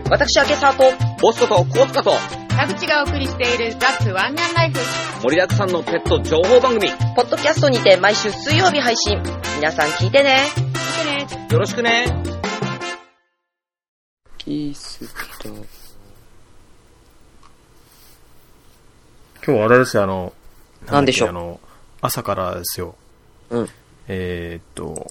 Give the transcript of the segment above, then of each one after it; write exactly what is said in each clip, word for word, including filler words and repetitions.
私は今朝とボスことコーツカと田口がお送りしているザ・スワンガンライフ、 盛りだくさんのペット情報番組ポッドキャストにて毎週水曜日配信。皆さん聞いてね。 見てね。 よろしくね。 キスと今日はあれですよ、あのなんでしょう、 あの朝からですよ。 うんえー、っと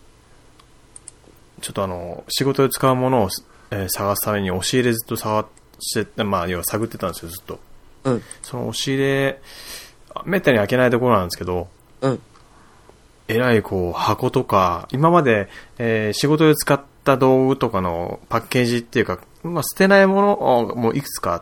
ちょっとあの仕事で使うものを、えー、探すために押し入れずっと探して、まあ要は探ってたんですよ、ずっと。 うんその押し入れめったに開けないところなんですけど、 うんえらいこう箱とか今まで、えー、仕事で使った道具とかのパッケージっていうか、まあ、捨てないものもいくつかあって、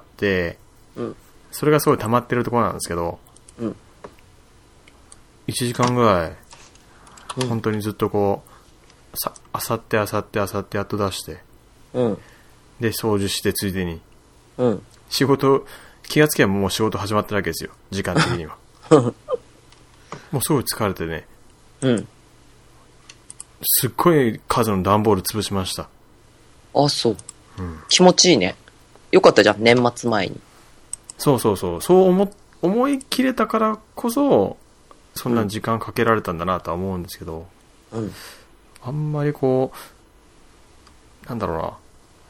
うん、 それがすごい溜まってるところなんですけど、 うん、 いちじかんぐらい、 うん、 本当にずっとこうさあさってあさってあさってやっと出して、 うん、 で掃除してついでに、 うん、 仕事気がつけばもう仕事始まってるわけですよ、時間的には。もうすごい疲れてね、 うん、 すっごい数の段ボール潰しました。 あ、そう、 うん、 気持ちいいね。よかったじゃん、年末前に。 そうそうそう、そう思思い切れたからこそそんな時間かけられたんだなとは思うんですけど、 うん、 あんまりこうなんだろうな、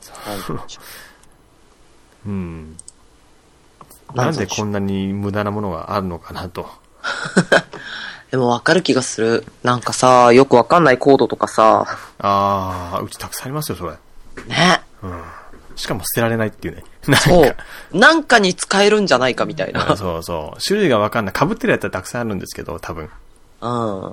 うん、なんでこんなに無駄なものがあるのかなと。 でも分かる気がする。なんかさ、よくわかんないコードとかさ。 あー、うちたくさんありますよそれね、 うん、しかも捨てられないっていうね。 そう、なんかに使えるんじゃないかみたいな。 そうそう、種類がわかんない、被ってるやつはたくさんあるんですけど、多分、 うん、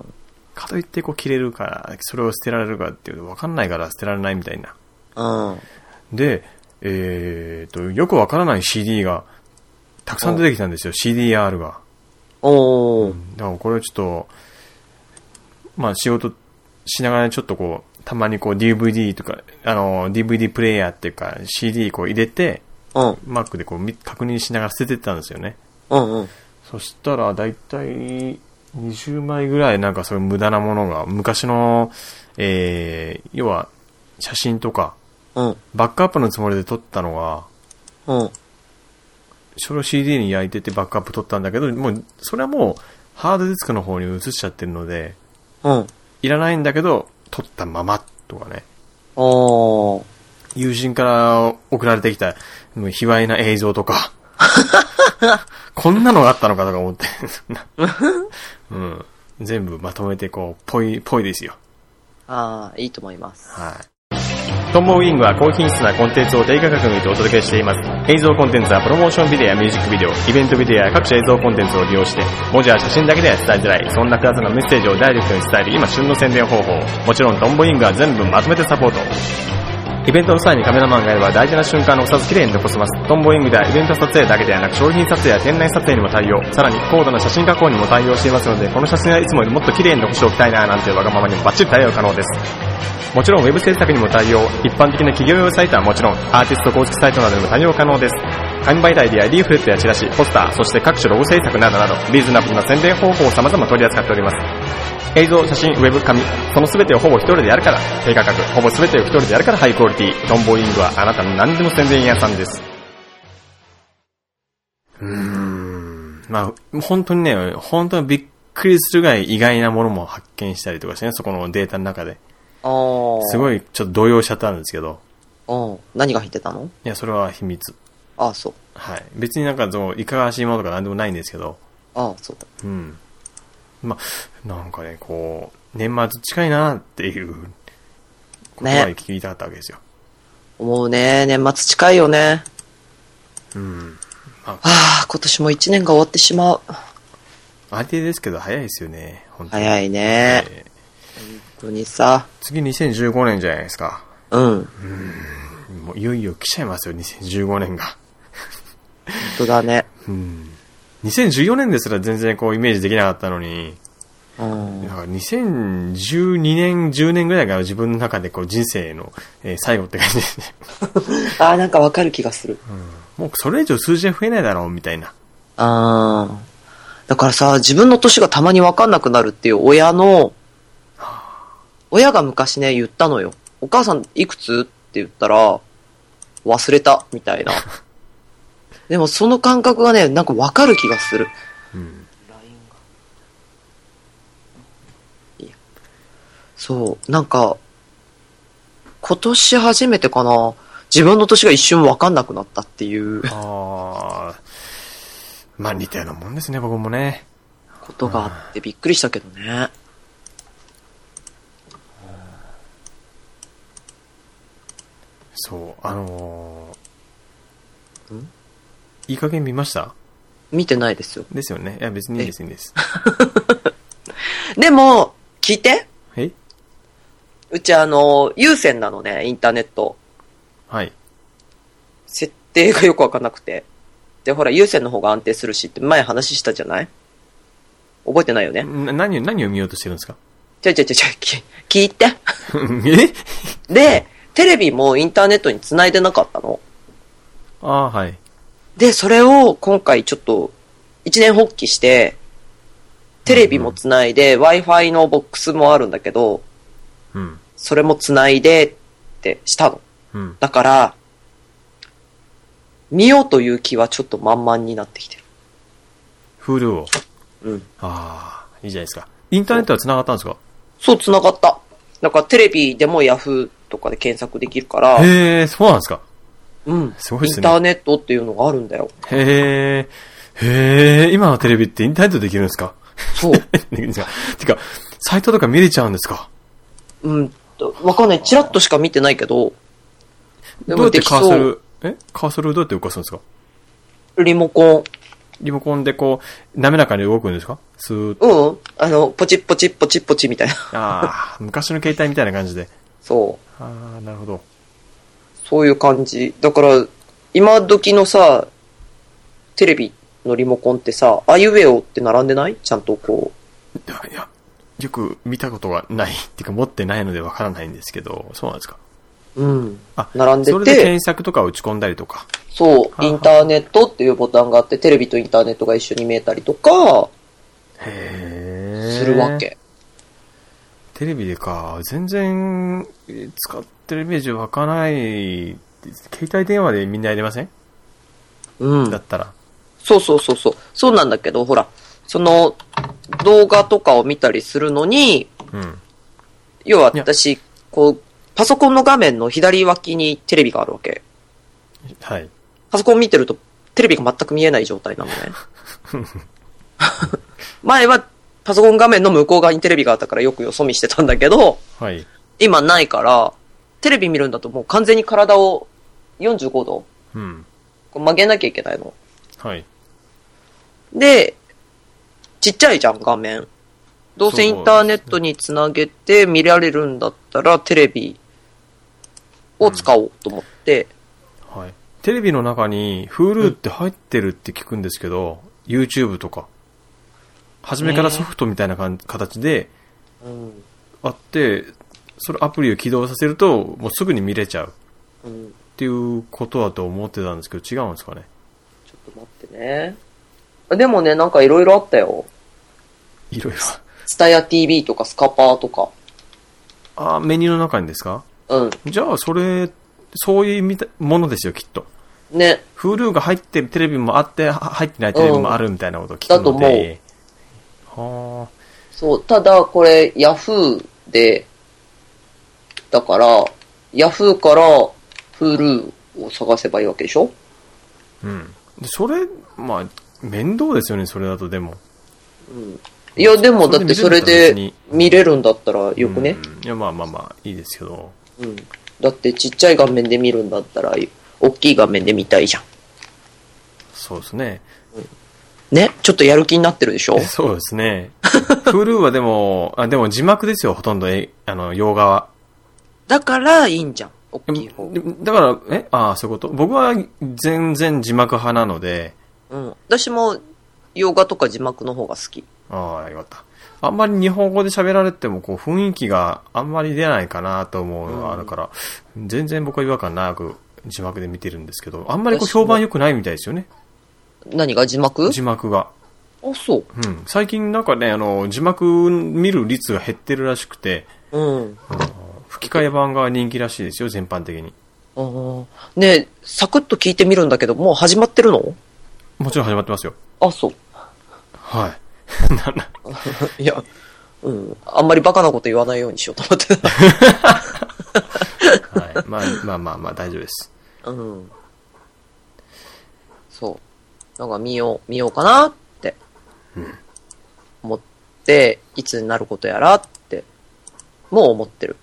かといってこう切れるからそれを捨てられるかっていうとわかんないから捨てられないみたいな。 うん、で、 えーとよくわからない シーディー がたくさん出てきたんですよ、 シーディーアール が。 おー、 だからこれちょっとまあ仕事しながらちょっとこうたまにこう ディーブイディー とかあの ディーブイディー プレイヤーっていうか シーディー こう入れて、 うん、 マックでこう確認しながら捨ててったんですよね。 うんうん。 そしたらだいたいにじゅうまいぐらいなんかそういう無駄なものが昔の、えー、要は写真とか、 うん、 バックアップのつもりで撮ったのが、 うん、 それを シーディー に焼いててバックアップ取ったんだけど、もうそれはもうハードディスクの方に移しちゃってるので、 うん、 いらないんだけど取ったままとかね。 おー、 友人から送られてきた卑猥な映像とかこんなのがあったのかとか思って、うん、全部まとめてこうぽいぽいですよ。 ああ、いいと思います。 はい。トンボウィングは高品質なコンテンツを低価格にてお届けしています。映像コンテンツはプロモーションビデオやミュージックビデオ、イベントビデオや各種映像コンテンツを利用して、文字や写真だけでは伝えづらい、そんな複雑なメッセージをダイレクトに伝える今旬の宣伝方法。もちろんトンボウィングは全部まとめてサポート。イベントの際にカメラマンがいれば大事な瞬間のお札きれいに残せます。トンボウィングではイベント撮影だけではなく商品撮影や店内撮影にも対応、さらに高度な写真加工にも対応していますので、この写真はいつもよりもっときれいに残しておきたいななんていうわがままにもバッチリ対応可能です。もちろんウェブ制作にも対応、一般的な企業用サイトはもちろんアーティスト公式サイトなどにも対応可能です。紙媒体でやリーフレットやチラシ、ポスター、そして各種ロゴ制作などなどリーズナブルな宣伝方法を様々取り扱っております。映像、写真、ウェブ、紙、その全てをほぼ一人でやるから低価格、ほぼ全てを一人でやるからハイクオリティ。トンボウィングはあなたの何でも宣伝屋さんです。うーん、まあ本当にね、本当にびっくりするぐらい意外なものも発見したりとかしてね、そこのデータの中で。すごいちょっと動揺しちゃったんですけど。 何が入ってたの？ いや、それは秘密。 ああ、そう。 はい。別になんかそのいかがわしいものとかなんでもないんですけど。 ああ、そうだ。 うん。まあなんかね、こう年末近いなっていうことは聞きたかったわけですよ。ね、 思うね。年末近いよね。 うん。 まあ、はあ、今年も一年が終わってしまう。 あれですけど早いですよね。本当に早いね。えー本当にさ、 次にせんじゅうごねんじゃないですか。 うん。うん、 もういよいよ来ちゃいますよ、にせんじゅうごねんが。 本当だね。 うん。にせんじゅうよねんですら全然こうイメージできなかったのに、 うん、 だからにせんじゅうにねん、じゅうねんぐらいが自分の中でこう人生の、えー、最後って感じですね。 ああ、なんかわかる気がする、 うん。もうそれ以上数字は増えないだろうみたいな。 ああ。だからさ、自分の年がたまにわかんなくなるっていう親の、親が昔ね、言ったのよ。お母さんいくつって言ったら、 忘れた、みたいな。でもその感覚がね、なんかわかる気がする。 うん。 いやそう、なんか、今年初めてかな、自分の年が一瞬わかんなくなったっていう。 ああ。まあ似たようなもんですね、僕もね。 ことがあってびっくりしたけどね。 そう、あのー、 んいい加減見ました？ 見てないですよ。 ですよね。いや別にいいです、いいです。 でも、聞いて。 え？ うちあの、有線なのね、インターネット。 はい。 設定がよくわかんなくて。で、ほら、有線の方が安定するしって前話したじゃない？覚えてないよね。 な何を、何を見ようとしてるんですか？ ちゃちゃちゃちゃ、聞いて。 え？ で、テレビもインターネットに繋いでなかったの。 ああ、はい。 で、それを今回ちょっと一年発起して、テレビも繋いで、うんうん、Wi-Fi のボックスもあるんだけど、 うん、 それも繋いでってしたの。 うん、 だから、見ようという気はちょっと満々になってきてる。 Hulu を。 うん。 ああ、いいじゃないですか。インターネットは繋がったんですか？ そう、繋がった。だからテレビでも Yahoo とかで検索できるから。 へえ、そうなんですか？ うん。 すごいですね。 インターネットっていうのがあるんだよ。 へえ、へえ、今のテレビってインターネットできるんですか？ そう。 てか、サイトとか見れちゃうんですか？ うんと、わかんない。チラッとしか見てないけど。 でもどうやってカーソル、えカーソルどうやって動かすんですか？ リモコン。 リモコンでこう、滑らかに動くんですか？スーッと。 うん。あの、ポチッポチッポチッポチみたいな。 ああ、昔の携帯みたいな感じで。 そう。 ああ、なるほど。そういう感じ。だから、今時のさ、テレビのリモコンってさ、あいうえおって並んでない？ちゃんとこう。いや、よく見たことがない。っていうか持ってないのでわからないんですけど、そうなんですか？ うん。あ、並んでて。 それで検索とか打ち込んだりとか。 そう、インターネットっていうボタンがあって、テレビとインターネットが一緒に見えたりとか、 へー。 するわけ。 テレビでか、全然使ってるイメージ湧かない。携帯電話でみんなやりません？ うん。 だったら。 そうそうそうそう。そうなんだけど、ほら、その動画とかを見たりするのに、 うん、 要は私、こう、パソコンの画面の左脇にテレビがあるわけ。 はい。 パソコン見てるとテレビが全く見えない状態なのね。前はパソコン画面の向こう側にテレビがあったからよくよそ見してたんだけど、 はい、 今ないから、テレビ見るんだともう完全に体をよんじゅうごど、 うん、 こう曲げなきゃいけないの。 はい。 で、ちっちゃいじゃん、画面。どうせインターネットにつなげて見られるんだったらテレビを使おうと思って、 うん、はい。テレビの中に Hulu って入ってるって聞くんですけど、うん、YouTube とか。初めからソフトみたいな形であって、それアプリを起動させるともうすぐに見れちゃうっていうことだと思ってたんですけど、違うんですかね？ ちょっと待ってね。でもね、なんかいろいろあったよ。 いろいろ。 スタヤ ティーブイ とかスカパーとか。 ああ、メニューの中にですか？ うん。 じゃあそれ、そういうものですよ、きっと。 ね。 Hulu が入ってるテレビもあって、入ってないテレビもあるみたいなことを聞くので。だと思う。はあ。 そう、ただこれ Yahoo で、だから、Yahoo から Hulu を探せばいいわけでしょ？ うん。それ、まあ、面倒ですよね、それだとでも。 うん。いや、でもだってそれで見れるんだったらよくね。 うん、いや、まあまあまあ、いいですけど。 うん。だってちっちゃい画面で見るんだったら、大きい画面で見たいじゃん。 そうですね。 うん、ね、ちょっとやる気になってるでしょ？ そうですね。Hulu はでも、あ、でも字幕ですよ、ほとんど、え、あの、洋画は。 だからいいんじゃん、大きい方。 だから、え、ああ、そういうこと？僕は全然字幕派なので。 うん。私も洋画とか字幕の方が好き。 ああ、よかった。あんまり日本語で喋られても、こう、雰囲気があんまり出ないかなと思うのがあるから、うん、全然僕は違和感なく字幕で見てるんですけど、あんまりこう評判良くないみたいですよね。何が？字幕？字幕が。 あ、そう。 うん。最近なんかね、あの、字幕見る率が減ってるらしくて、 うん。 吹き替え版が人気らしいですよ、全般的に。 あーねえ、サクッと聞いてみるんだけど、もう始まってるの？ もちろん始まってますよ。 あ、そう。 はい。なな。 いや、うん。あんまりバカなこと言わないようにしようと思ってた。 はい。まあまあまあまあ大丈夫です。 うん。そう。なんか見よう、見ようかなって思って、いつになることやらって、もう思ってる。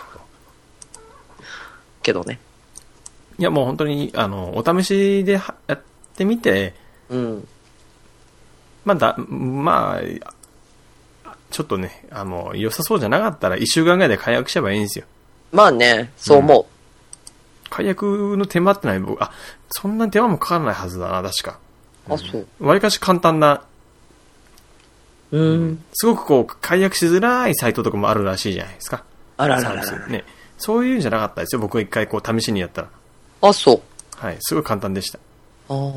けどね。 いやもう本当に、あの、お試しではやってみて、 うん。 まあだ、まあ、ちょっとね、あの、良さそうじゃなかったらいっしゅうかんぐらいで解約しちゃえばいいんですよ。 まあね、そう思う。うん、 解約の手間ってない、僕、あ、そんな手間もかからないはずだな、確か。 あ、そう。 わりかし簡単な、 うん。 すごくこう、解約しづらいサイトとかもあるらしいじゃないですか。 あらららら。 ね。そういうんじゃなかったですよ、僕が一回こう、試しにやったら。 あ、そう。 はい、すごい簡単でした。 ああ。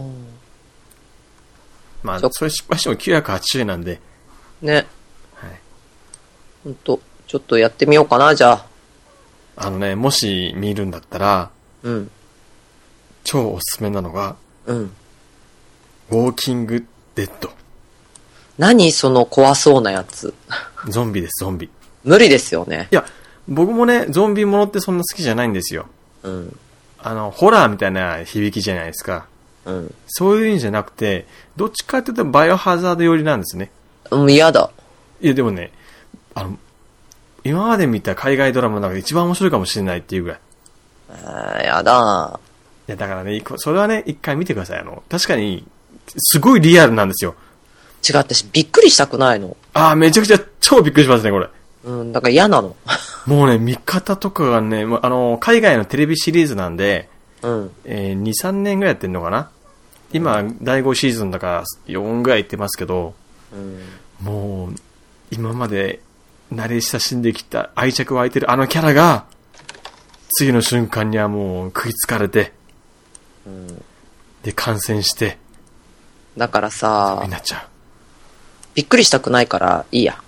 まあ、それ失敗してもきゅうひゃくはちじゅうえんなんで。 ね。 はい。 ほんと、ちょっとやってみようかな、じゃあ。 あのね、もし見るんだったら、 うん。 超おすすめなのが、 うん。 ウォーキングデッド。 何その怖そうなやつ。 ゾンビです、ゾンビ。 無理ですよね。 いや、僕もね、ゾンビものってそんな好きじゃないんですよ。 うん。 あの、ホラーみたいな響きじゃないですか。 うん。 そういうんじゃなくて、どっちかというとバイオハザード寄りなんですね。 うん、嫌だ。 いや、でもね、あの、今まで見た海外ドラマの中で一番面白いかもしれないっていうぐらい。 あー、やだ。 いや、だからね、それはね、一回見てください。あの、確かに、すごいリアルなんですよ。 違ってし、びっくりしたくないの。 ああ、めちゃくちゃ超びっくりしますね、これ。 うん、だから嫌なの。 もうね、見方とかがね、あの、海外のテレビシリーズなんで、 うん。 えー、に、さんねんぐらいやってんのかな。今、だいごシーズンだからよんぐらい行ってますけど、 うん、 もう、今まで慣れ親しんできた愛着湧いてるあのキャラが、次の瞬間にはもう食いつかれて、うん、で、感染して、 だからさ、 になっちゃう。 びっくりしたくないからいいや。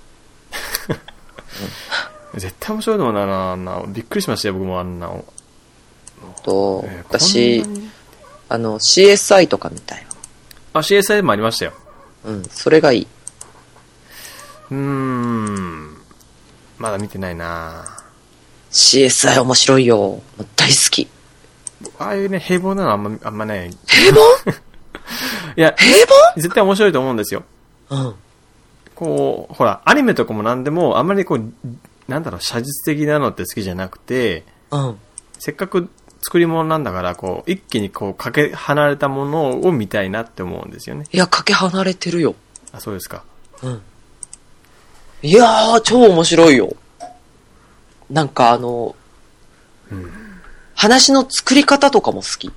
うん、絶対面白いと思うな、あんな。びっくりしましたよ、僕もあんな。 と、えー、私、あの、シーエスアイ とか見たよ。 あ、シーエスアイ もありましたよ。 うん、それがいい。 うーん。まだ見てないなシーエスアイ 面白いよ。大好き。 ああいうね、平凡なのあんま、あんまね。 平凡いや、 平凡絶対面白いと思うんですよ。 うん。 こう、ほら、アニメとかもなんでも、あんまりこう、なんだろう、写実的なのって好きじゃなくて、 うん。 せっかく作り物なんだから、こう、一気にこう、かけ離れたものを見たいなって思うんですよね。 いや、かけ離れてるよ。 あ、そうですか。 うん。いやー、超面白いよ。なんかあの、うん、話の作り方とかも好き。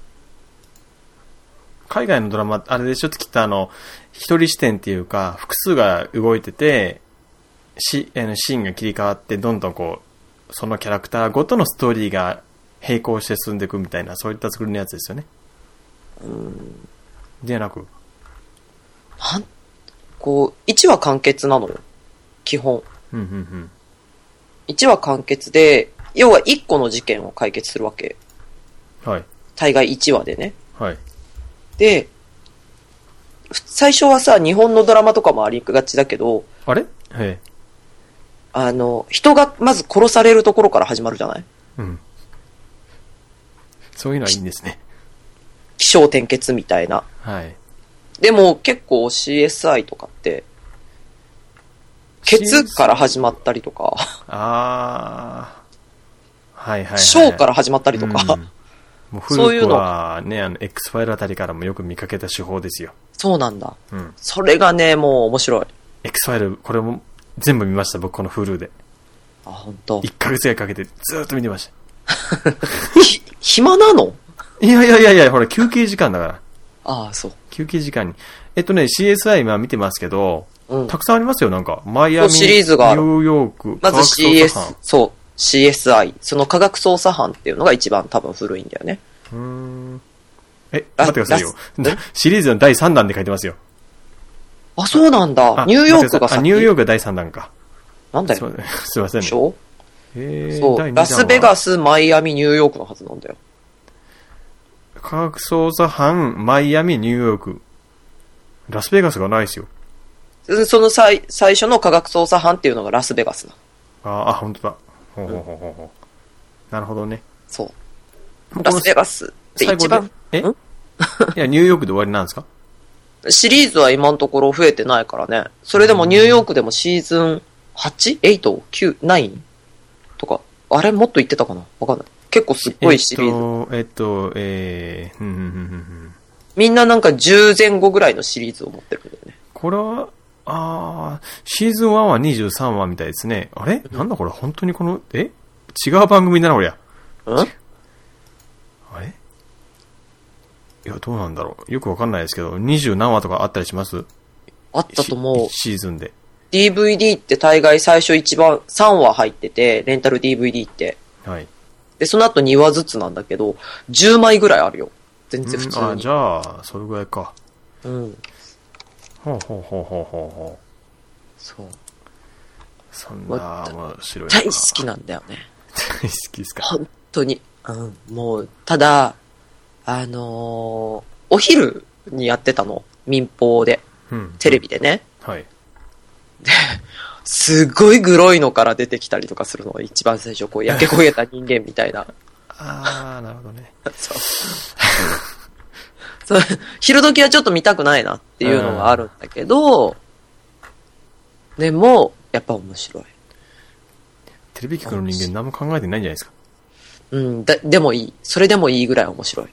海外のドラマ、あれでしょ、きっとあの、一人視点っていうか、複数が動いてて、シ, シーンが切り替わって、どんどんこう、そのキャラクターごとのストーリーが並行して進んでいくみたいな、そういった作りのやつですよね。 うん。 じゃなく。 なん、こう、いちわ完結なのよ。基本。 うんうんうん。 いちわ完結で、要はいっこの事件を解決するわけ。 はい。 大概いちわでね。 はい。 で、最初はさ、日本のドラマとかもありがちだけど、 あれはい。 あの、人がまず殺されるところから始まるじゃない？ うん。そういうのはいいんですね。 起承転結みたいな。 はい。 でも結構 シーエスアイ とかって、ケツから始まったりとか。 ああ。はいはいはい。 章から始まったりとか。うん、 もう古くはね、あの、X ファイルあたりからもよく見かけた手法ですよ。 そうなんだ。 うん。 それがね、もう面白い。 X ファイル、これも全部見ました、僕この Hulu で。 あ、本当。 いっかげつぐらいかけてずーっと見てました。 ひ、暇なの？ いやいやいやいや、ほら、休憩時間だから。 ああ、そう。 休憩時間に。えっとね、シーエスアイ 今見てますけど、うん、たくさんありますよ、なんか。マイアミ、 シリーズがある。 ニューヨーク、 まず シーエス、そう、シーエスアイ。その科学捜査班っていうのが一番多分古いんだよね。 うーん。え、待ってくださいよ。シリーズのだいさんだんで書いてますよ。 あ、そうなんだ。ニューヨークが先。 あ、ニューヨークがだいさんだんか。 なんだよ。 すいません、ね。 でしょ？ へそう。ラスベガス、マイアミ、ニューヨークのはずなんだよ。 科学捜査班、マイアミ、ニューヨーク。ラスベガスがないですよ。 その最最初の科学捜査班っていうのがラスベガスな。 ああ、本当だ。ほうほうほうほうほう。なるほどね。 そう。ラスベガスって一番。 えいや、ニューヨークで終わりなんですか？ シリーズは今のところ増えてないからね。それでもニューヨークでもシーズン はち?はち?きゅう?きゅう? とか。あれもっと言ってたかなわかんない。結構すっごいシリーズ。 えっと、えっと、えー、ふんふんふんふん。 みんななんかじゅう前後ぐらいのシリーズを持ってるんだよね。 これは、あー、シーズンワンはにじゅうさんわみたいですね。あれ、うん、なんだこれ本当にこの、え違う番組だな、こりゃ。 んあれいや、どうなんだろう。よくわかんないですけど、にじゅう何話とかあったりします？ あったと思う。 シーズンで。 ディーブイディー って大概最初一番さんわ入ってて、レンタル ディーブイディー って。 はい。 で、その後にわずつなんだけど、じゅうまいぐらいあるよ。全然普通に。 あ、じゃあ、それぐらいか。 うん。 ほうほうほうほうほうほう。 そう。 そんな面白い。 大好きなんだよね。 大好きですか。 本当に。うん。もう、ただ、あのー、お昼にやってたの。民放で。 うん。 テレビでね。 はい。 で、すごいグロいのから出てきたりとかするのが一番最初、こう、焼け焦げた人間みたいな。 あー、なるほどね。 そう。そう。昼時はちょっと見たくないなっていうのがあるんだけど、でも、やっぱ面白い。 テレビ局の人間何も考えてないんじゃないですか。 うん、だ、でもいい。それでもいいぐらい面白い。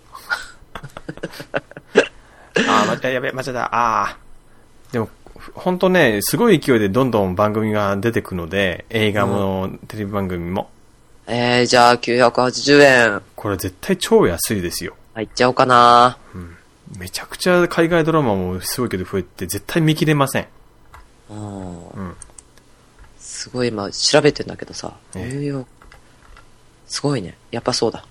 あー、また、やべえ、間違えた。あー。でも、ほんとね、すごい勢いでどんどん番組が出てくので、映画も、うん、テレビ番組も。 えー、じゃあきゅうひゃくはちじゅうえん。 これ絶対超安いですよ。 入っちゃおうかな。 うん。めちゃくちゃ海外ドラマもすごいけど増えて、絶対見切れません。 うん。すごい今調べてんだけどさ、ニューヨーク。すごいね。やっぱそうだ。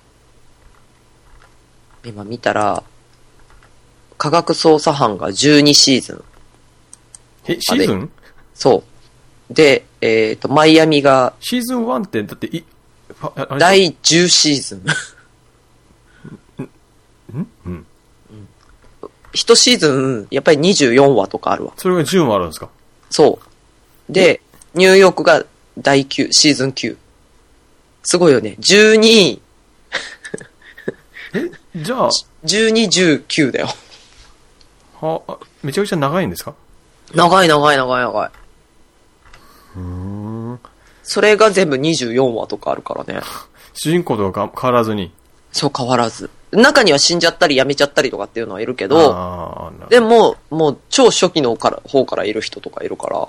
今見たら、科学捜査班がじゅうにシーズン。 え、シーズン？ そう。で、えっと、マイアミが、 シーズンワンって、だって、い、 だいじゅうシーズン。 んうん。 一シーズン、やっぱりにじゅうよんわとかあるわ。 それがじゅうもあるんですか？ そう。で、ニューヨークがだいきゅう、シーズンきゅう。すごいよね。じゅうに、 え、じゃあ、 じゅうに、じゅうきゅうだよ。 は、めちゃくちゃ長いんですか？ 長い長い長い長い。 うーん。 それが全部にじゅうよんわとかあるからね。 主人公とか変わらずに。 そう変わらず。中には死んじゃったり辞めちゃったりとかっていうのはいるけど、 あー、 でも、もう超初期のから方からいる人とかいるから。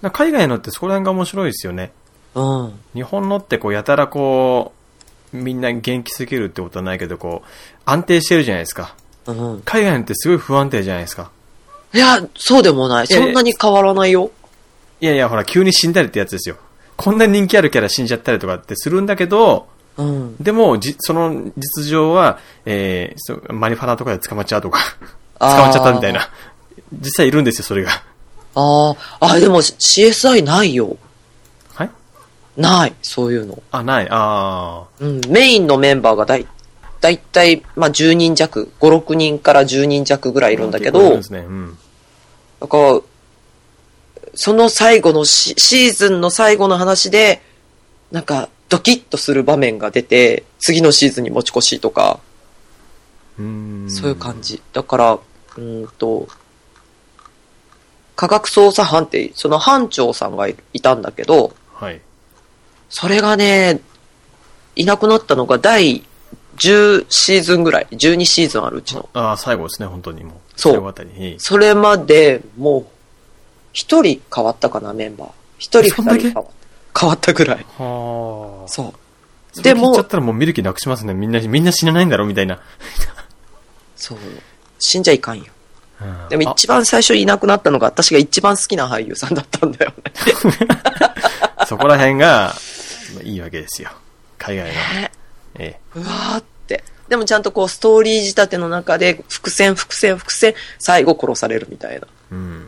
海外のってそこら辺が面白いですよね。 うん。 日本のってこうやたらこう、みんな元気すぎるってことはないけど、こう、安定してるじゃないですか。 うん。 海外のってすごい不安定じゃないですか。 いや、そうでもない。そんなに変わらないよ。 いやいや、ほら、急に死んだりってやつですよ。こんな人気あるキャラ死んじゃったりとかってするんだけど、 うん、でもじ、その実情は、えー、マリファナとかで捕まっちゃうとか、捕まっちゃったみたいな。実際いるんですよ、それが。 ああ、あ、でも シーエスアイ ないよ。 はい？ ない、そういうの。 あ、ない、ああ。 うん、メインのメンバーがだい、だいたい、まあ、じゅうにん弱、ご、ろくにんからじゅうにん弱ぐらいいるんだけど、 ですね、うん。 だから、その最後のシ、シーズンの最後の話で、なんか、ドキッとする場面が出て、次のシーズンに持ち越しとか、 うーん、 そういう感じ。だから、うーんと、科学捜査班って、その班長さんがいたんだけど、 はい。それがね、いなくなったのがだいじゅうシーズンぐらい、じゅうにシーズンあるうちの。 ああ、最後ですね、本当にもう。 そう。それまで、もう、一人変わったかな、メンバー。一人二人変わった。変わったぐらい。 はあ。 そう。 でも、聞いちゃったらもう見る気なくしますね。みんな、みんな死なないんだろうみたいな。 そう。死んじゃいかんよ。でも一番最初いなくなったのが私が一番好きな俳優さんだったんだよね。 そこら辺がいいわけですよ。海外の。ええ、うわーって。でもちゃんとこうストーリー仕立ての中で伏線伏線伏線最後殺されるみたいな。 うん。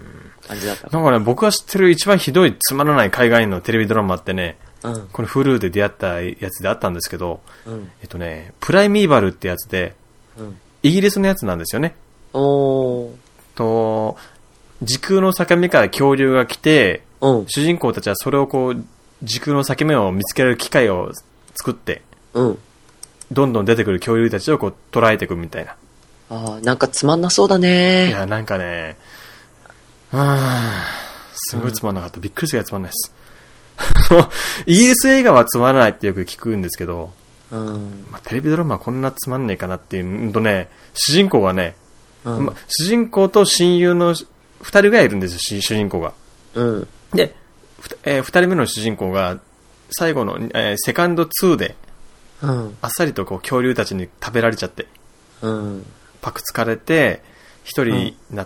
感じだった。 なんかね、僕が知ってる一番ひどいつまらない海外のテレビドラマってね、 うん。 これ Hulu で出会ったやつであったんですけど、 うん。 えっとね、プライミーバルってやつで、 うん。 イギリスのやつなんですよね。 おー。 と、時空の境目から恐竜が来て、 うん。 主人公たちはそれをこう、時空の境目を見つけられる機械を作って、 うん。 どんどん出てくる恐竜たちをこう捉えていくみたいな。 ああ、なんかつまんなそうだね。 いや、なんかね、あーすごいつまんなかった。うん、びっくりするぐらいつまんないです。イギリス映画はつまらないってよく聞くんですけど、 うんまあ、テレビドラマはこんなつまんねえかなっていうとね、主人公がね、 うんま、主人公と親友の二人がいるんですよ、主人公が。 うん。 で、えー、二人目の主人公が最後の、えー、セカンドツーで、 うん。 あっさりとこう恐竜たちに食べられちゃって、 うん。 パクつかれて、一人になって、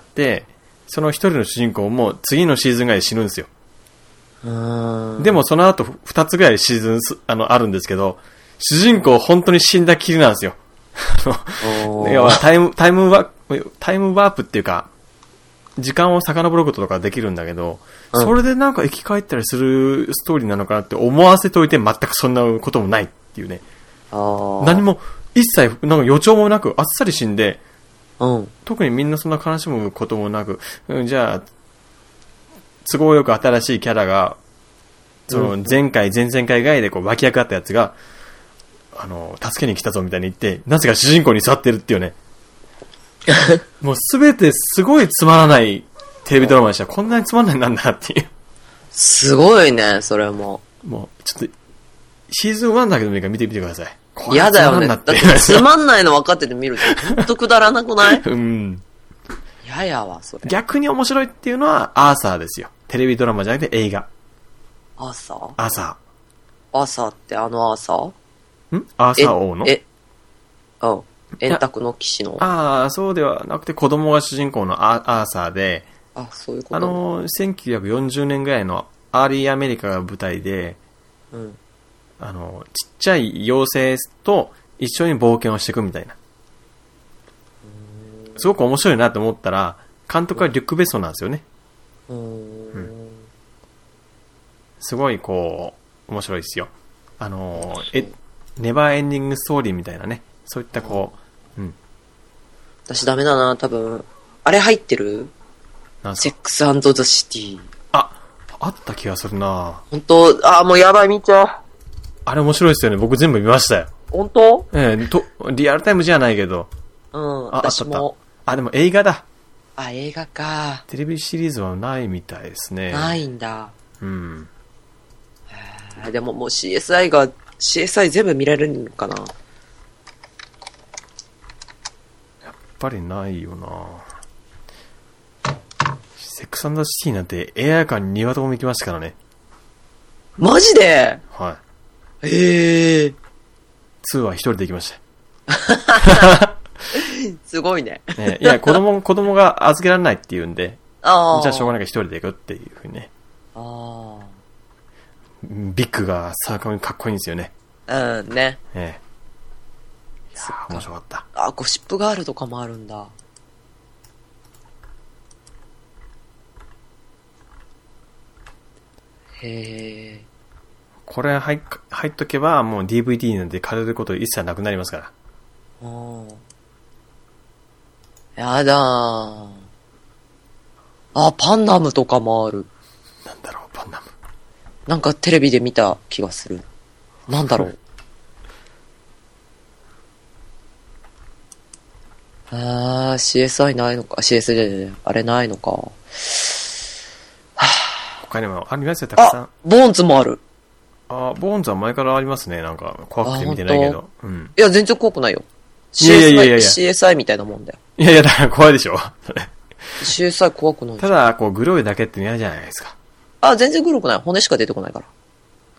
うん、その一人の主人公も次のシーズンぐらいで死ぬんですよ。 うん。 でもその後二つぐらいシーズンあのあるんですけど、主人公本当に死んだきりなんですよ。要はタイム、タイムワープ、タイムワープっていうか、時間を遡ることとかできるんだけど、うん、それでなんか生き返ったりするストーリーなのかなって思わせといて全くそんなこともないっていうね。 あ何も一切なんか予兆もなくあっさり死んで、 うん、 特にみんなそんな悲しむこともなく、うん、じゃあ都合よく新しいキャラがその前回前々回外でこう脇役あったやつがあの助けに来たぞみたいに言ってなぜか主人公に座ってるっていうね。もうすべてすごいつまらないテレビドラマでした。こんなにつまんないなんだっていう。 すごいね、それも。 もうちょっとシーズンワンだけでもいいから見てみてください。 嫌だよね。だってつまんないの分かってて見るとほんとくだらなくないうん。 嫌やわ、それ。 逆に面白いっていうのはアーサーですよ。テレビドラマじゃなくて映画。 アーサーアーサーアーサーってあのアーサーんアーサー王のえ、え、うん。円卓の騎士の。 ああ、そうではなくて子供が主人公のアーサーで、 あ、そういうこと。 あの、せんきゅうひゃくよんじゅうねんぐらいのアーリーアメリカが舞台で、 うん。 あの、ちっちゃい妖精と一緒に冒険をしていくみたいな。すごく面白いなと思ったら、監督はリュック・ベッソンなんですよね。 うーん。 うん、すごいこう、面白いですよ。あの、え、ネバーエンディングストーリーみたいなね。そういったこう、うん。 私ダメだな、多分。あれ入ってる？ なんすか？ セックス&ザ・シティ。 あ、あった気がするな。 本当？あ、もうやばい、見ちゃう。 あれ面白いですよね。僕全部見ましたよ。 本当？ ええと、リアルタイムじゃないけど。 うん、 あ、 私も。 あったあった。あ、でも映画だ。 あ、映画か。 テレビシリーズはないみたいですね。 ないんだ。 うん。 でももう シーエスアイ が、シーエスアイ 全部見られるのかな？ やっぱりないよな。セックス&ザ・シティなんて映画館ににわとも行きましたからね。 マジで？ はい。 ええー。 ツーは一人で行きました。 すごいね。 ねいや、子供、子供が預けられないって言うんで、 あじゃあしょうがないから一人で行くっていうふうにね。 ああ。 ビッグがさ、かっこいいんですよね。 うん、ね。 ええ。いやー、面白かった。 あ、ゴシップガールとかもあるんだ。へえ。 これ入っ、入っとけば、もう ディーブイディー なんて借りること一切なくなりますから。 うん。やだー。あ、パンナムとかもある。 なんだろう、パンナム。 なんかテレビで見た気がする。なんだろう。あー、シーエスアイ ないのか。シーエスアイ じゃねあれないのか。はぁ。他にもありますよ、たくさん。 あ、ボーンズもある。 あ、ボーンズは前からありますね。なんか、怖くて見てないけど。うん。 いや、全然怖くないよ。 いやいやいやいやシーエスアイ みたいなもんだよ。 いやいや、だから怖いでしょ。 シーエスアイ 怖くない。 ただ、こう、グロいだけって嫌じゃないですか。 あ、全然グロくない。骨しか出てこないから。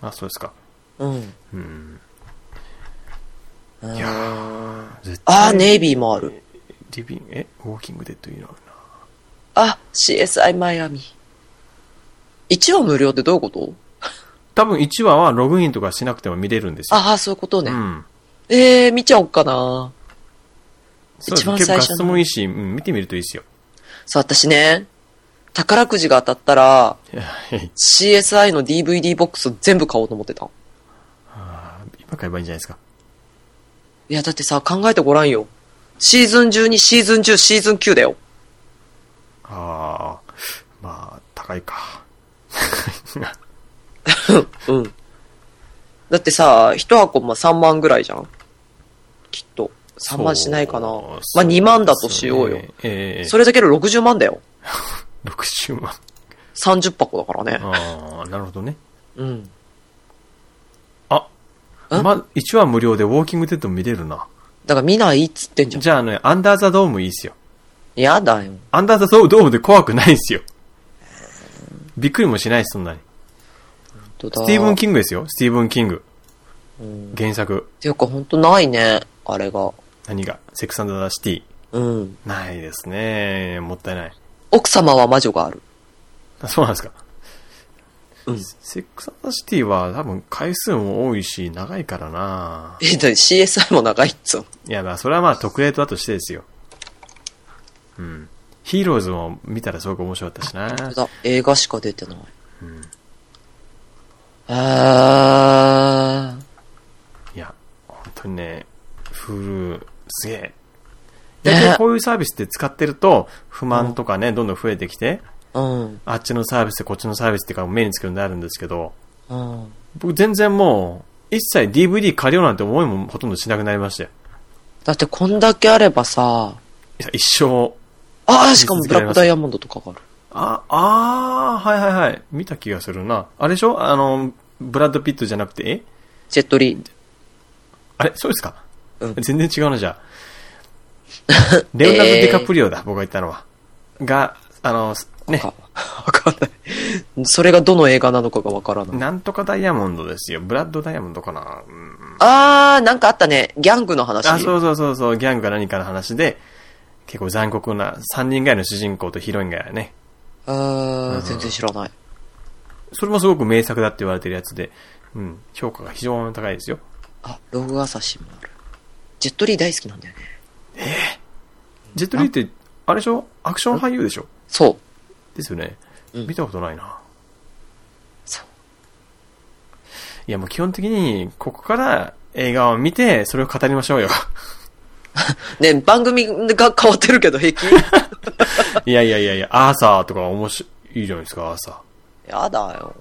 あ、そうですか。 うん。 うん。 いやー、絶対。あ、ネイビーもある。 リビング、えウォーキングデッドいいのあるな。 あ、シーエスアイ マイアミ。いちわ無料ってどういうこと？ 多分いちわはログインとかしなくても見れるんですよ。 ああ、そういうことね。 うん。 えー、見ちゃおうかな。 一番最初の。結構画質もいいし、うん、見てみるといいですよ。 そう、私ね、 宝くじが当たったら、 いや、はい。 シーエスアイ の ディーブイディー ボックスを全部買おうと思ってた。 あ今買えばいいんじゃないですか。 いや、だってさ、考えてごらんよ。シーズンじゅうに、シーズンじゅう、シーズンきゅうだよ。 ああ、まあ、高いか。 うん。だってさ、一箱まあさんまんぐらいじゃん。きっと。さんまんしないかな。まあにまんだとしようよ。 ええー、 それだけでろくじゅうまんだよ。 ろくじゅうまん。 さんじゅっぱこだからね。 ああ、なるほどね。 うん。 あ、ま、いちわ無料でウォーキングデッド見れるな。 だから見ないっつってんじゃん。 じゃあね、アンダーザドームいいっすよ。 やだよ。 アンダーザドームで怖くないっすよ。びっくりもしないし、そんなに。スティーブン・キングですよ、スティーブン・キング。うん、原作。 っていうかほんとないね、あれが。 何がセックス&ザ・シティ。 うん。 ないですね。もったいない。 奥様は魔女がある。 あ、そうなんですか。 うん。 セックス&ザ・シティは多分回数も多いし、長いからな。 え、だって シーエスアイ も長いっつう。 いや、まあ、それはまあ、特例とだとしてですよ。うん。ヒーローズも見たらすごく面白かったしな。 そうだ、映画しか出てない。 うん。 あー。 いや、本当にね、フル、すげえ。大体こういうサービスって使ってると、不満とかね、うん、どんどん増えてきて、 うん、 あっちのサービスでこっちのサービスってか目につくようになるんですけど、 うん、 僕全然もう、一切 ディーブイディー 借りようなんて思いもほとんどしなくなりましたよ。 だってこんだけあればさ、 いや一生。 ああ、しかもブラックダイヤモンドとかがある。 あ、あー、はいはいはい。見た気がするな。あれでしょあの、ブラッド・ピットじゃなくて、えジェットリー。 あれそうですか、 うん、 全然違うな、じゃあ。レオナルド・ディカプリオだ、えー、僕が言ったのは。が、あの、ね。わかんない。それがどの映画なのかがわからない。 なんとかダイヤモンドですよ。ブラッドダイヤモンドかな、うん、 あー、なんかあったね。ギャングの話。 あ、そうそうそうそう。ギャングか何かの話で、結構残酷なさんにんぐらいの主人公とヒロインがね。 あー、うん、全然知らない。 それもすごく名作だって言われてるやつで、うん、評価が非常に高いですよ。 あ、ログアサシンもある。ジェットリー大好きなんだよね。 えー、ジェットリーって、あれでしょアクション俳優でしょそう。 ですよね。 うん、 見たことないな。 そう。 いやもう基本的に、ここから映画を見て、それを語りましょうよ。 ね、番組が変わってるけど平気いやいやいやいや、アーサーとか面白い、いいじゃないですか、アーサー。やだよ。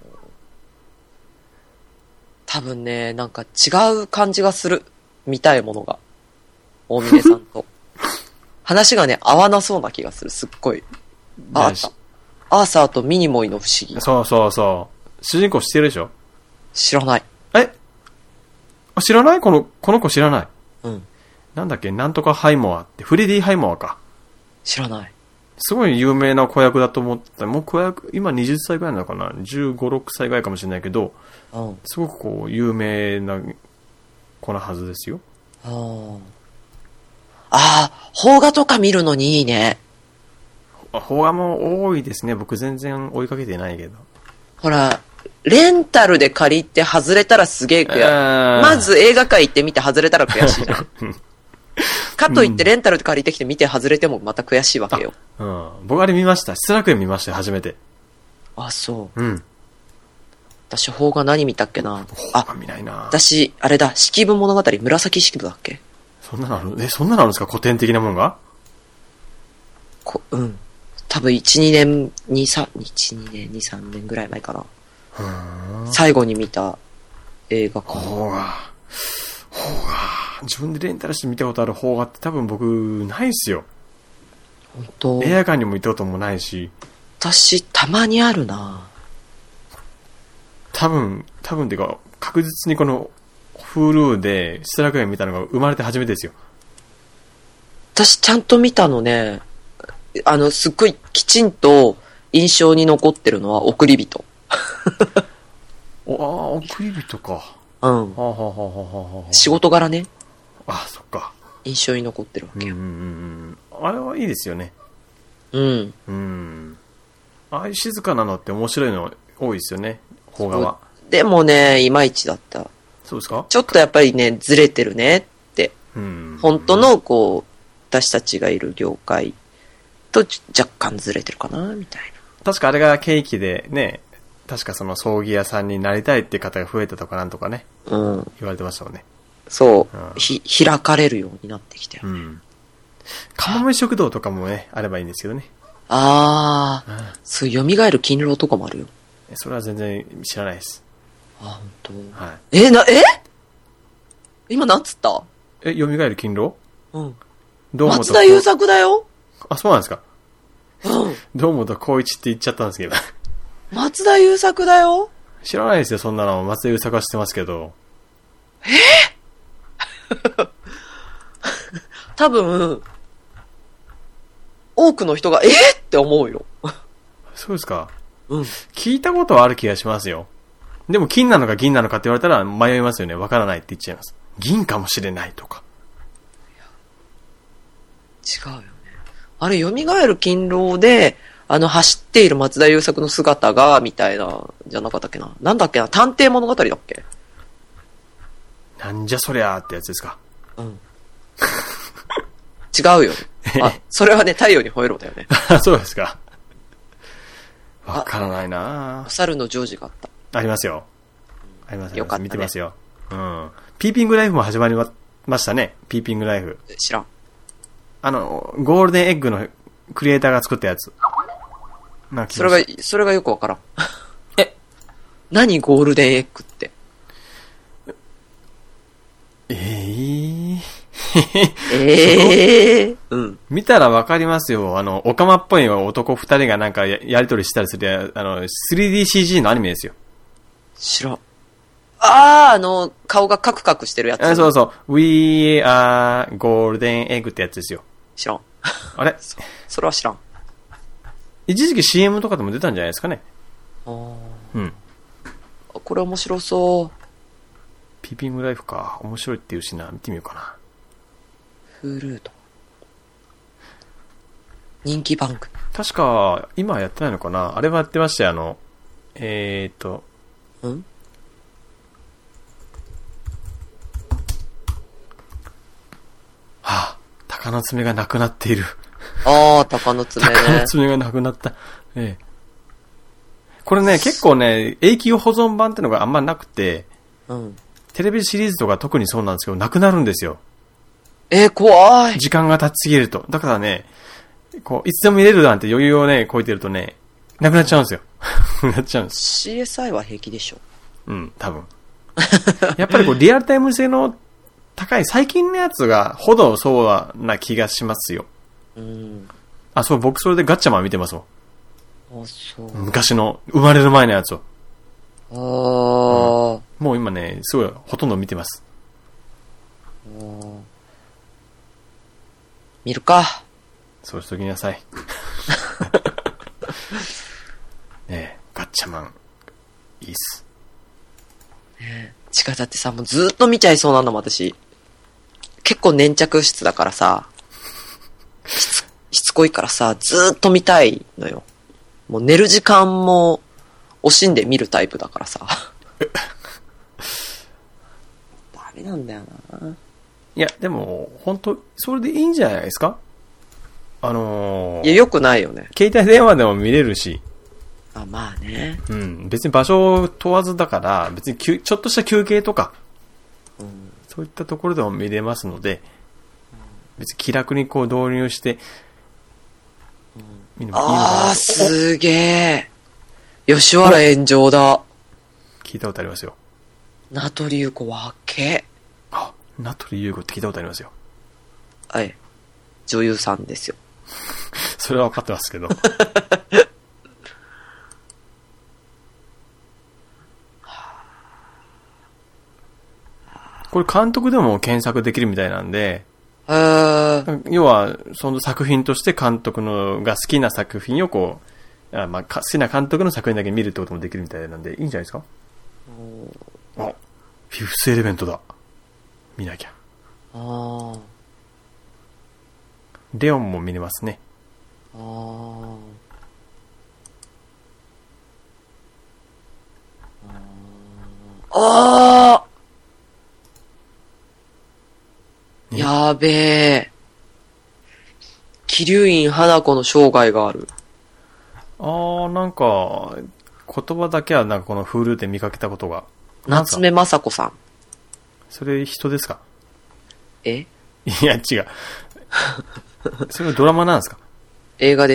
多分ね、なんか違う感じがする。見たいものが。大峰さんと。話がね、合わなそうな気がする。すっごい。あ、あった。アーサーとミニモイの不思議。 そうそうそう。主人公知ってるでしょ？ 知らない。 え？知らない？この、この子知らない。 うん。 なんだっけ、なんとかハイモアって、フレディ・ハイモアか。 知らない。 すごい有名な子役だと思ってた。もう子役、今はたちぐらいなのかな ?じゅうご、ろくさいぐらいかもしれないけど、 うん、 すごくこう、有名な子なはずですよ。 あーあー、邦画とか見るのにいいね。 邦画も多いですね。僕全然追いかけてないけど。 ほら、レンタルで借りて外れたらすげえ悔しい。まず映画館行ってみて外れたら悔しいじゃん。かといってレンタルで借りてきて見て外れてもまた悔しいわけよ。 うん。僕あれ見ました。失楽園見ましたよ、初めて。 あ、そう。 うん。 私、邦画何見たっけな。あ、 見ないな。 私、あれだ、式部物語、紫式部だっけ。 そんなのある？え、そんなのあるんですか？古典的なもんが？ こ、うん。多分いち、にねん、に、さん、いち、にねん、に、さんねんぐらい前かな。最後に見た映画かな。 邦画。邦画。自分でレンタルして見たことある邦画って多分僕、ないっすよ。 本当？ 映画館にも行ったこともないし。 私、たまにあるな。 多分、多分っていうか、確実にこの、Hulu で失楽園見たのが生まれて初めてですよ。 私ちゃんと見たのね、あの、すっごいきちんと印象に残ってるのは送り人。 おああ、送り人か。 うん。 はあ、はあはあはあ、 仕事柄ね。 あ、そっか。 印象に残ってるわけよ。 うんうんうん。あれはいいですよね。 うん。 うん。ああいう静かなのって面白いの多いですよね、邦画は。 でもね、いまいちだった。 そうですか？ ちょっとやっぱりね、ずれてるねって。 うん。 本当の、こう、私たちがいる業界と若干ずれてるかな、みたい確かあれが契機でね、確かその葬儀屋さんになりたいって方が増えたとかなんとかね、 うん。 言われてましたもんね。 そう。 うん、 ひ、開かれるようになってきたよ。 うん。かもめ食堂とかもね、あればいいんですけどね。 ああ、 うん、 そう、蘇る勤労とかもあるよ。 それは全然知らないです。 あ、本当。 はい。 え、な、え今なんつった？ え、蘇る勤労？ うん。 どうも松田優作だよ。 あ、そうなんですか。 うん。 どうもと光一って言っちゃったんですけど。 松田優作だよ。 知らないですよ、そんなの。松田優作は知ってますけど。 えー、多分、多くの人が、えー、って思うよ。 そうですか。 うん。 聞いたことはある気がしますよ。でも金なのか銀なのかって言われたら迷いますよね。わからないって言っちゃいます。銀かもしれないとか。 違うよね。あれ、蘇る勤労で、あの、走っている松田優作の姿が、みたいな、じゃなかったっけな。なんだっけな。探偵物語だっけ？ なんじゃそりゃーってやつですか。 うん。違うよ。あ、それはね、太陽に吠えろだよね。 そうですか。わからないなぁ。 猿のジョージがあった。 ありますよ。ありますよ。 よかったね。 見てますよ。うん。ピーピングライフも始まりましたね。ピーピングライフ。 知らん。 あの、ゴールデンエッグのクリエイターが作ったやつ。なんかそれが、それがよくわからん。 え何ゴールデンエッグって。 えー、 ええー、うん。 見たらわかりますよ。あの、オカマっぽい男二人がなんか や, やりとりしたりする、あの、スリーディーシージー のアニメですよ。 知らん。あー、あの、顔がカクカクしてるやつ。 あ、そうそう。We are Golden Egg ってやつですよ。 知らん。 あれそ, それは知らん。 一時期 シーエム とかでも出たんじゃないですかね。 あうん。 これ面白そう。 ピーピングライフか。面白いっていうしな。見てみようかな。 フルート。人気番組。 確か、今はやってないのかな。あれはやってましたよ。あの、えーと。 んはぁ、鷹の爪がなくなっている。 あー、鷹の爪ね。 鷹の爪がなくなった。ええ。これね、結構ね、永久保存版ってのがあんまなくて、 うん。 テレビシリーズとか特にそうなんですけど、なくなるんですよ。 えー、怖い。 時間が経ちすぎると。だからね、こう、いつでも見れるなんて余裕をね、超えてるとね、なくなっちゃうんですよ。なくなっちゃうんです。 シーエスアイ は平気でしょ。 うん、多分。やっぱりこう、リアルタイム性の高い最近のやつが、ほどそうな気がしますよ。 うん。 あ、そう、僕それでガッチャマン見てますもん。 あ、そう。 昔の、生まれる前のやつを。 あー、うん。 もう今ね、すごい、ほとんど見てます。 見るか。 そうしときなさい。ねえ、ガッチャマン、いいっす。 ねえ、ちかだってさ、もうずーっと見ちゃいそうなんだもん、私。結構粘着質だからさ、しつ、しつこいからさ、ずーっと見たいのよ。もう寝る時間も惜しんで見るタイプだからさ。ダメなんだよな。 いや、でも、本当それでいいんじゃないですか？あのー、 いや、よくないよね。 携帯電話でも見れるし。 あ、まあね。 うん。別に場所を問わずだから、別にきゅちょっとした休憩とか、 うん、 そういったところでも見れますので、別に気楽にこう導入して、見るのもいいのかなと。 あー、すげえ。吉原炎上だ。 聞いたことありますよ。 名取裕子わけ。 あ、名取裕子って聞いたことありますよ。 はい。女優さんですよ。 それは分かってますけど。これ監督でも検索できるみたいなんで、 へー。 要はその作品として監督のが好きな作品をこう、あまあ、好きな監督の作品だけ見るってこともできるみたいなんでいいんじゃないですか。あ、フィフスエレメントだ。見なきゃ。 あー。 レオンも見れますね。 あー。あー。やべえ。桐生院花子の生涯がある。 あー、なんか、言葉だけはなんかこの Hulu で見かけたことが。 夏目雅子さん。 それ人ですか？ えいや、違う。それドラマなんですか？ 映画です。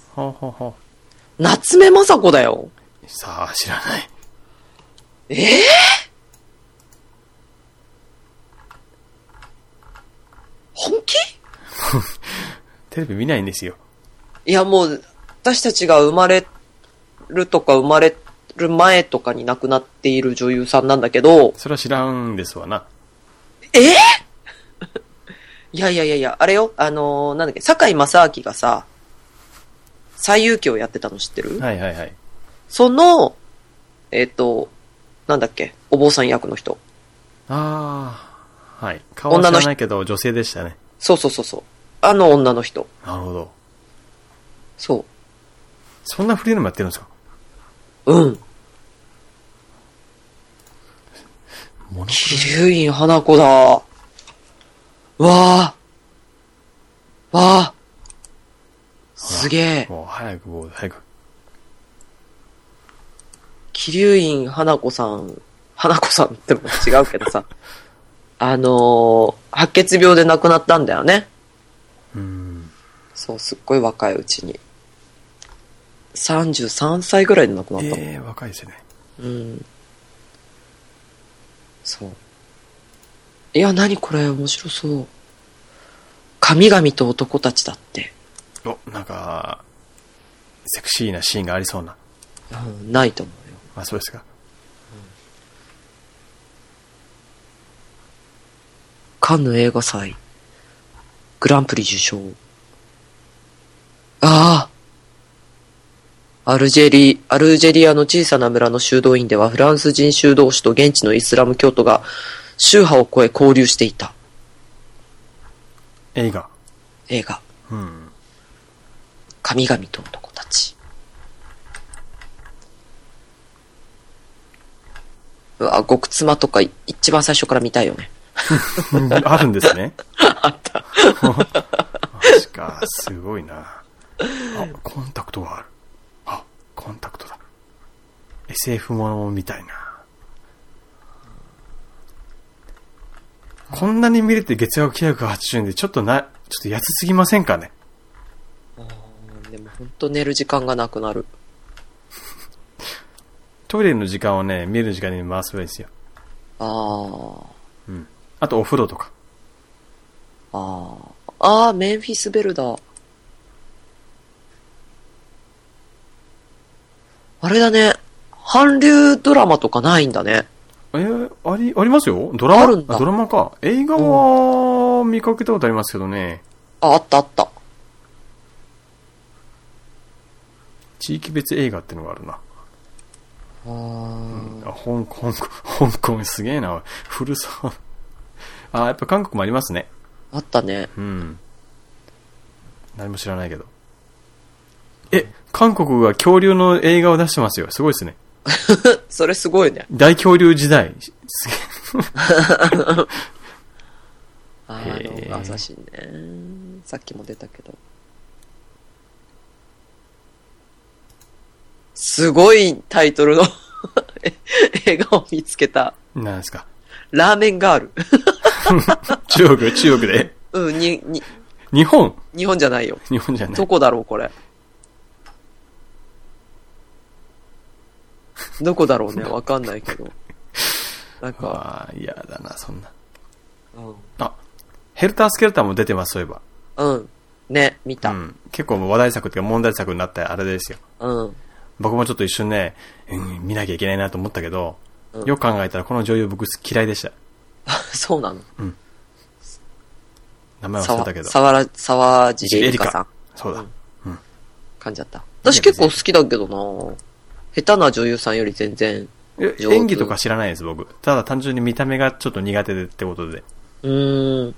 はあ、はあはあ、 夏目雅子だよ。 さあ、知らない。 えぇ、ー、本気？ テレビ見ないんですよ。 いや、もう、私たちが生まれるとか生まれる前とかに亡くなっている女優さんなんだけど。 それは知らんですわな。 えぇ、ー、いやいやいやいや、あれよ、あのー、なんだっけ、堺正明がさ、西遊記をやってたの知ってる？ はいはいはい。 その、えっと、なんだっけ、お坊さん役の人。 ああ、はい。顔は知らないけど、女性でしたね。 そうそうそうそう。あの女の人。 なるほど。 そう。 そんなフリーのもやってるんですか？ うん。 モノクロ桐生院花子だ。わあ。わあ。すげえ。 もう早く、もう早く。 桐生院花子さん、花子さんっても違うけどさ。あのー、白血病で亡くなったんだよね。 うーん。 そう、すっごい若いうちに。さんじゅうさんさいぐらいで亡くなったの。 ええー、若いですよね。 うん。そう。いや、何これ、面白そう。神々と男たちだって。 お、なんか、セクシーなシーンがありそうな。 うん、ないと思うよ。 あ、そうですか。 カンヌ映画祭、グランプリ受賞。ああアルジェリ、アルジェリアの小さな村の修道院ではフランス人修道士と現地のイスラム教徒が宗派を超え交流していた。 映画。 映画。 うん。 神々と男たち。うわ、極妻とか一番最初から見たいよね。 あるんですね。 あった。 マジか、すごいな。あ、コンタクトがある。あ、コンタクトだ。エスエフ ものみたいな。こんなに見れて月額きゅうひゃくはちじゅうえんでちょっとな、ちょっと安すぎませんかね。 でも本当寝る時間がなくなる。 トイレの時間をね、見る時間に回すばいいですよ。 ああ。 うん。あとお風呂とか。 ああ。ああ、メンフィスベルだ。あれだね。韓流ドラマとかないんだね。 えー、あり、ありますよ。ドラマあるんだ。 ドラマか。映画は見かけたことありますけどね。 あ、あったあった。 地域別映画ってのがあるな。 あー、 うん、あ、香港、香港すげえな。古そう。あ、やっぱ韓国もありますね。 あったね。 うん。何も知らないけど。え、韓国が恐竜の映画を出してますよ。すごいですね。 それすごいね。 大恐竜時代。すげえ。 あー、の朝しいね。さっきも出たけど。すごいタイトルの映画を見つけた。 何ですか？ ラーメンガール。 中国、中国で。 うん、に、に、 日本日本じゃないよ。 日本じゃない。 どこだろう、これ。どこだろうね、わかんないけど。なんか。 ああ、嫌だな、そんな。 うん。 あ、ヘルタースケルターも出てます、そういえば。 うん。ね、見た。 うん。結構話題作っていうか問題作になったあれですよ。 うん。 僕もちょっと一瞬ね、うん、見なきゃいけないなと思ったけど、 うん、 よく考えたらこの女優僕嫌いでした。 そうなの？ うん。名前忘れたけど。 沢、沢尻エリカさん。 そうだ。うん。 感じだった。私結構好きだけどな下手な女優さんより全然。 演技とか知らないです、僕。ただ単純に見た目がちょっと苦手でってことで。 うーん。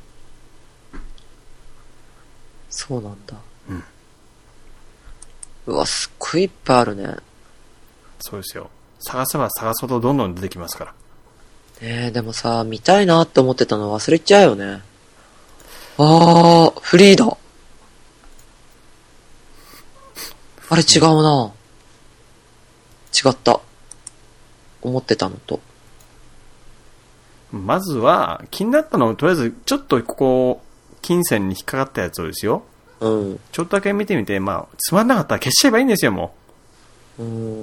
そうなんだ。 うん。 うわ、すっごいいっぱいあるね。 そうですよ。探せば探すほどどんどん出てきますから。 ねえ、でもさ、見たいなって思ってたの忘れちゃうよね。あー、フリーだ。 あれ違うな。違った。思ってたのと。 まずは、気になったのは、とりあえず、ちょっとここ、金銭に引っかかったやつをですよ。 うん。 ちょっとだけ見てみて、まあ、つまんなかったら消しちゃえばいいんですよ、もう。うん。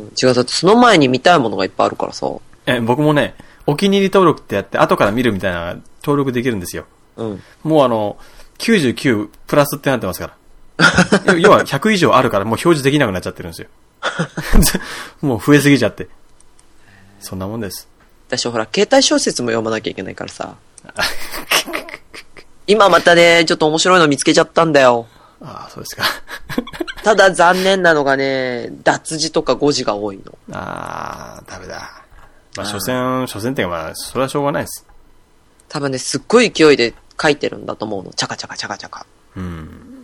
違う、だってその前に見たいものがいっぱいあるからさ。 え、僕もね、お気に入り登録ってやって、後から見るみたいな登録できるんですよ。 うん。 もうあの、きゅうじゅうきゅうプラスってなってますから。要はひゃく以上あるからもう表示できなくなっちゃってるんですよ。もう増えすぎちゃって。そんなもんです。 私ほら、携帯小説も読まなきゃいけないからさ。今またね、ちょっと面白いの見つけちゃったんだよ。 ああ、そうですか。 ただ残念なのがね、脱字とか誤字が多いの。 ああ、ダメだ。まあ、所詮、所詮っていうかまあ、それはしょうがないです。 多分ね、すっごい勢いで書いてるんだと思うの。チャカチャカチャカチャカ。 うん。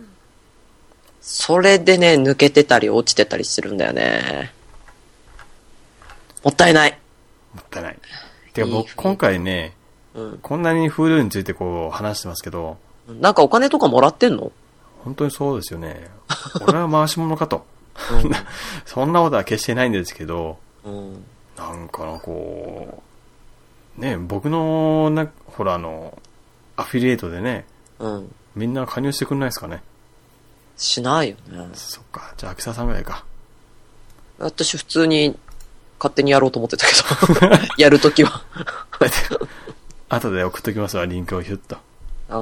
それでね、抜けてたり落ちてたりするんだよね。もったいない。 もったいない。てか僕、今回ね、うん、こんなに Hulu についてこう話してますけど。 なんかお金とかもらってんの？ 本当にそうですよね。俺は回し物かと。うん、そんなことは決してないんですけど、うん、なんかな、こう、ね、僕のな、ほらあの、アフィリエイトでね、うん、みんな加入してくんないですかね。 しないよね。 そっか。じゃあ、秋沢さんぐらいか。 私普通に勝手にやろうと思ってたけど。やるときは。 後で送っときますわ、リンクをヒュッと。うん。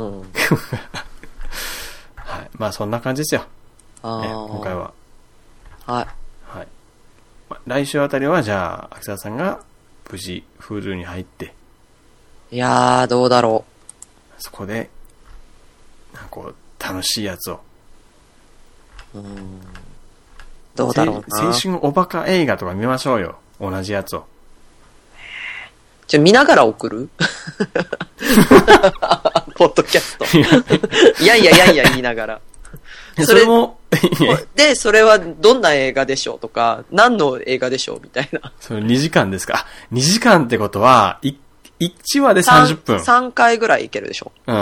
はい。まあ、そんな感じですよ。あ、ね、今回は。 はい。 はい。まあ、来週あたりは、じゃあ、秋沢さんが無事、Hulu に入って。 いやー、どうだろう。そこで、なんかこう、楽しいやつを。 うん。どうだろうな。 青春おバカ映画とか見ましょうよ。同じやつを。 じゃあ見ながら送るポッドキャスト。いやいやいやいや言いながら。 それも、 で、それはどんな映画でしょうとか、何の映画でしょうみたいな。 それにじかんですか。にじかんってことは、いいちわでさんじゅっぷん。 さんかいぐらいいけるでしょ。うん。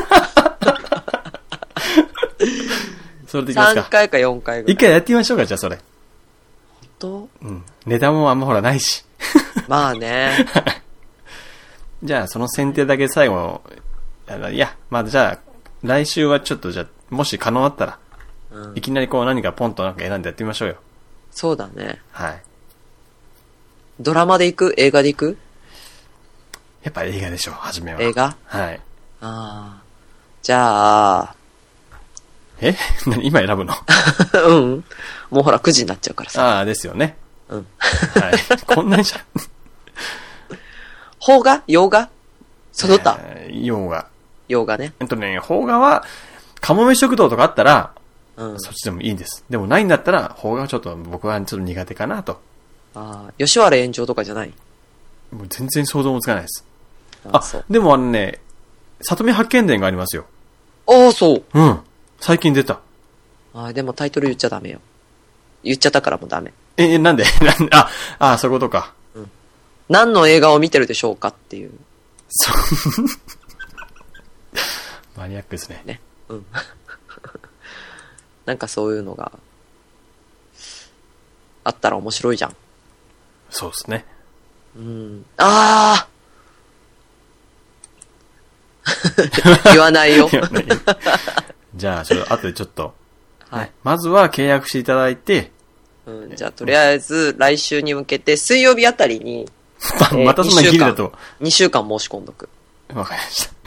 それでいきますか。 さんかいかよんかいぐらい。 一回やってみましょうか、じゃあそれ。 本当？ うん。値段もあんまほらないし。 まあね。 じゃあ、その選定だけ最後、いや、まあじゃあ、来週はちょっとじゃあ、もし可能だったら、うん、いきなりこう何かポンとなんか選んでやってみましょうよ。 そうだね。 はい。 ドラマで行く？映画で行く？ やっぱ映画でしょう、初めは。 映画？ はい。ああ。じゃあ、 え何今選ぶのうん。もうほらくじになっちゃうからさ。 ああ、ですよね。うん。はい。こんなにじゃん。 邦画？洋画？その他、 えー、洋画。 洋画ね。 えっとね、邦画は、かもめ食堂とかあったら、うん、そっちでもいいんです。でもないんだったら、邦画はちょっと僕はちょっと苦手かなと。 ああ、吉原炎上とかじゃない？ もう全然想像もつかないです。あ、あでもあのね、里見八犬伝がありますよ。 ああ、そう。 うん。最近出た。 ああ、でもタイトル言っちゃダメよ。言っちゃったからもうダメ。 え、えなんであ、あ、そういうことか。 うん。何の映画を見てるでしょうかっていう。 そう。マニアックですね。 ね。うん。なんかそういうのがあったら面白いじゃん。 そうですね。 うん。ああ言わないよ。 じゃあ、ちょっと後でちょっと。はい。まずは契約していただいて。 うん、じゃあ、とりあえず、来週に向けて、水曜日あたりに、 またそんなギリだと。 にしゅうかん申し込んどく。 わかりました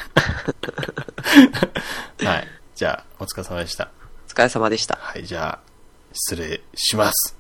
。はい。じゃあ、お疲れ様でした。 お疲れ様でした。 はい、じゃあ、失礼します。